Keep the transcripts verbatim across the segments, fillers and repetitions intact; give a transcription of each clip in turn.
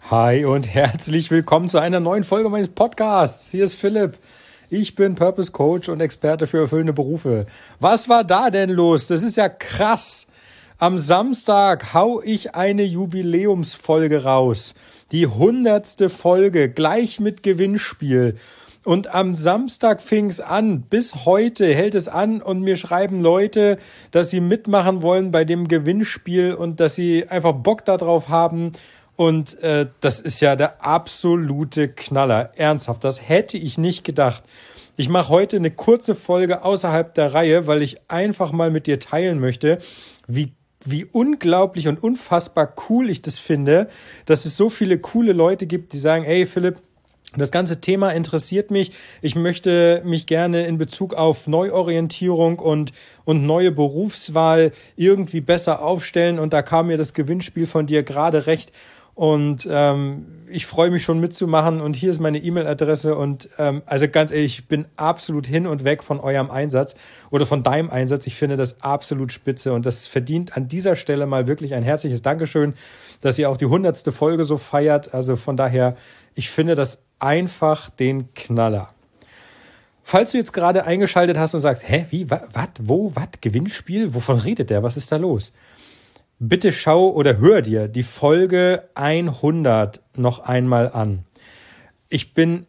Hi und herzlich willkommen zu einer neuen Folge meines Podcasts. Hier ist Philipp. Ich bin Purpose Coach und Experte für erfüllende Berufe. Was war da denn los? Das ist ja krass. Am Samstag hau ich eine Jubiläumsfolge raus. Die hundertste Folge, gleich mit Gewinnspiel. Und am Samstag fing es an, bis heute hält es an und mir schreiben Leute, dass sie mitmachen wollen bei dem Gewinnspiel und dass sie einfach Bock darauf haben. Und äh, das ist ja der absolute Knaller. Ernsthaft, das hätte ich nicht gedacht. Ich mache heute eine kurze Folge außerhalb der Reihe, weil ich einfach mal mit dir teilen möchte, wie wie unglaublich und unfassbar cool ich das finde, dass es so viele coole Leute gibt, die sagen, ey Philipp, das ganze Thema interessiert mich. Ich möchte mich gerne in Bezug auf Neuorientierung und, und neue Berufswahl irgendwie besser aufstellen. Und da kam mir das Gewinnspiel von dir gerade recht. Und ähm, ich freue mich schon mitzumachen. Und hier ist meine E-Mail-Adresse. Und ähm, also ganz ehrlich, ich bin absolut hin und weg von eurem Einsatz oder von deinem Einsatz. Ich finde das absolut spitze. Und das verdient an dieser Stelle mal wirklich ein herzliches Dankeschön, dass ihr auch die hundertste Folge so feiert. Also von daher, ich finde das einfach den Knaller. Falls du jetzt gerade eingeschaltet hast und sagst, hä, wie, was, wo, was, Gewinnspiel? Wovon redet der? Was ist da los? Bitte schau oder hör dir die Folge hundert noch einmal an. Ich bin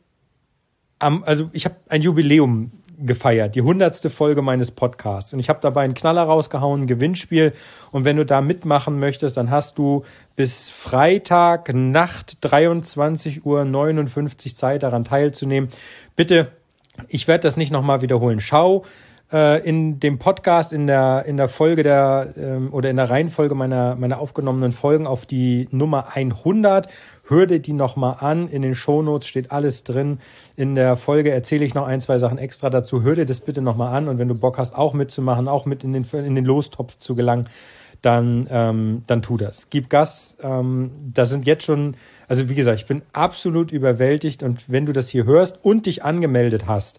am, also ich habe ein Jubiläum gefeiert, die hundertste Folge meines Podcasts. Und ich habe dabei einen Knaller rausgehauen, ein Gewinnspiel. Und wenn du da mitmachen möchtest, dann hast du bis Freitag Nacht dreiundzwanzig Uhr neunundfünfzig Zeit, daran teilzunehmen. Bitte, ich werde das nicht nochmal wiederholen. Schau äh, in dem Podcast, in der in der Folge der ähm, oder in der Reihenfolge meiner meiner aufgenommenen Folgen auf die Nummer hundert. Hör dir die nochmal an. In den Shownotes steht alles drin. In der Folge erzähle ich noch ein, zwei Sachen extra dazu. Hör dir das bitte nochmal an. Und wenn du Bock hast, auch mitzumachen, auch mit in den, in den Lostopf zu gelangen, dann, ähm, dann tu das. Gib Gas. Ähm, da sind jetzt schon, also wie gesagt, ich bin absolut überwältigt. Und wenn du das hier hörst und dich angemeldet hast,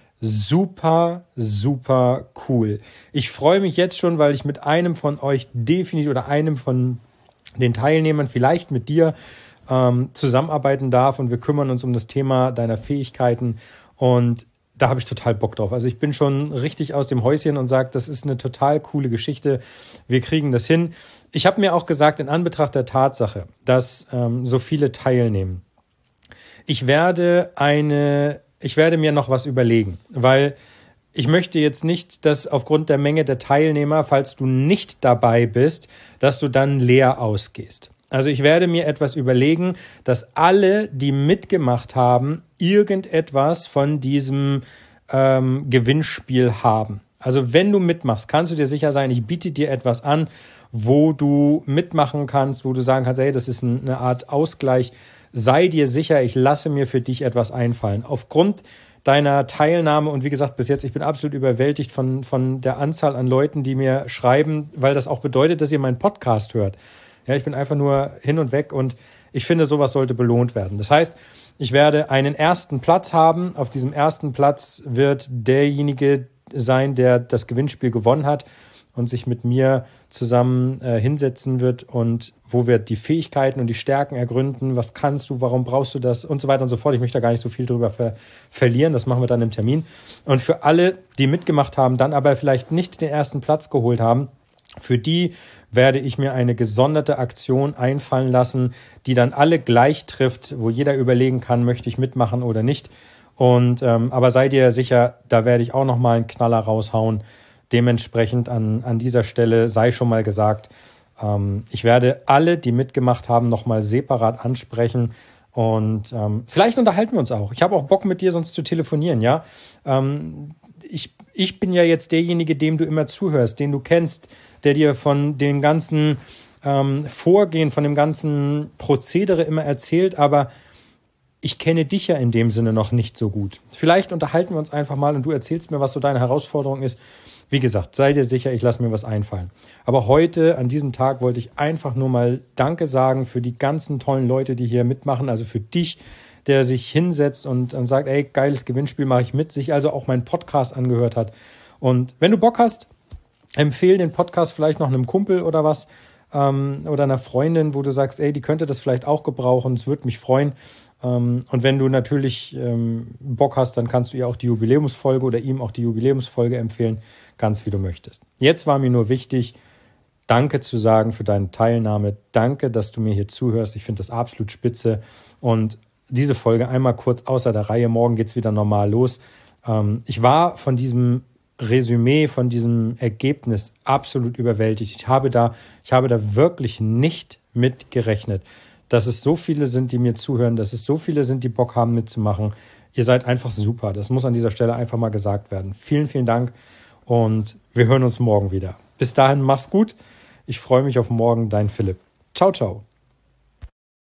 super, super cool. Ich freue mich jetzt schon, weil ich mit einem von euch definitiv oder einem von den Teilnehmern, vielleicht mit dir, ähm, zusammenarbeiten darf und wir kümmern uns um das Thema deiner Fähigkeiten und da habe ich total Bock drauf. Also ich bin schon richtig aus dem Häuschen und sage, das ist eine total coole Geschichte. Wir kriegen das hin. Ich habe mir auch gesagt, in Anbetracht der Tatsache, dass ähm, so viele teilnehmen, ich werde eine, ich werde mir noch was überlegen, weil ich möchte jetzt nicht, dass aufgrund der Menge der Teilnehmer, falls du nicht dabei bist, dass du dann leer ausgehst. Also ich werde mir etwas überlegen, dass alle, die mitgemacht haben, irgendetwas von diesem ähm, Gewinnspiel haben. Also wenn du mitmachst, kannst du dir sicher sein, ich biete dir etwas an, wo du mitmachen kannst, wo du sagen kannst, hey, das ist eine Art Ausgleich. Sei dir sicher, ich lasse mir für dich etwas einfallen. Aufgrund deiner Teilnahme und wie gesagt, bis jetzt, ich bin absolut überwältigt von, von der Anzahl an Leuten, die mir schreiben, weil das auch bedeutet, dass ihr meinen Podcast hört. Ja, ich bin einfach nur hin und weg und ich finde, sowas sollte belohnt werden. Das heißt, ich werde einen ersten Platz haben. Auf diesem ersten Platz wird derjenige sein, der das Gewinnspiel gewonnen hat und sich mit mir zusammen äh, hinsetzen wird und wo wir die Fähigkeiten und die Stärken ergründen. Was kannst du, warum brauchst du das und so weiter und so fort. Ich möchte da gar nicht so viel drüber ver- verlieren. Das machen wir dann im Termin. Und für alle, die mitgemacht haben, dann aber vielleicht nicht den ersten Platz geholt haben, für die werde ich mir eine gesonderte Aktion einfallen lassen, die dann alle gleich trifft, wo jeder überlegen kann, möchte ich mitmachen oder nicht. Und ähm, aber sei dir sicher, da werde ich auch noch mal einen Knaller raushauen. Dementsprechend an an dieser Stelle sei schon mal gesagt, ähm, ich werde alle, die mitgemacht haben, noch mal separat ansprechen. Und ähm, vielleicht unterhalten wir uns auch. Ich habe auch Bock, mit dir sonst zu telefonieren, ja. Ähm, ich, ich bin ja jetzt derjenige, dem du immer zuhörst, den du kennst, der dir von dem ganzen ähm, Vorgehen, von dem ganzen Prozedere immer erzählt, aber ich kenne dich ja in dem Sinne noch nicht so gut. Vielleicht unterhalten wir uns einfach mal und du erzählst mir, was so deine Herausforderung ist. Wie gesagt, sei dir sicher, ich lasse mir was einfallen. Aber heute, an diesem Tag, wollte ich einfach nur mal Danke sagen für die ganzen tollen Leute, die hier mitmachen, also für dich, der sich hinsetzt und, und sagt, ey, geiles Gewinnspiel, mache ich mit, sich also auch meinen Podcast angehört hat. Und wenn du Bock hast, empfehle den Podcast vielleicht noch einem Kumpel oder was. ähm, oder einer Freundin, wo du sagst, ey, die könnte das vielleicht auch gebrauchen, es würde mich freuen. Ähm, und wenn du natürlich ähm, Bock hast, dann kannst du ihr auch die Jubiläumsfolge oder ihm auch die Jubiläumsfolge empfehlen, ganz wie du möchtest. Jetzt war mir nur wichtig, Danke zu sagen für deine Teilnahme. Danke, dass du mir hier zuhörst. Ich finde das absolut spitze. Und diese Folge einmal kurz außer der Reihe. Morgen geht's wieder normal los. Ähm, ich war von diesem Resümee, von diesem Ergebnis absolut überwältigt. Ich habe da, ich habe da wirklich nicht mit gerechnet, dass es so viele sind, die mir zuhören, dass es so viele sind, die Bock haben mitzumachen. Ihr seid einfach super. Das muss an dieser Stelle einfach mal gesagt werden. Vielen, vielen Dank und wir hören uns morgen wieder. Bis dahin, mach's gut. Ich freue mich auf morgen, dein Philipp. Ciao, ciao.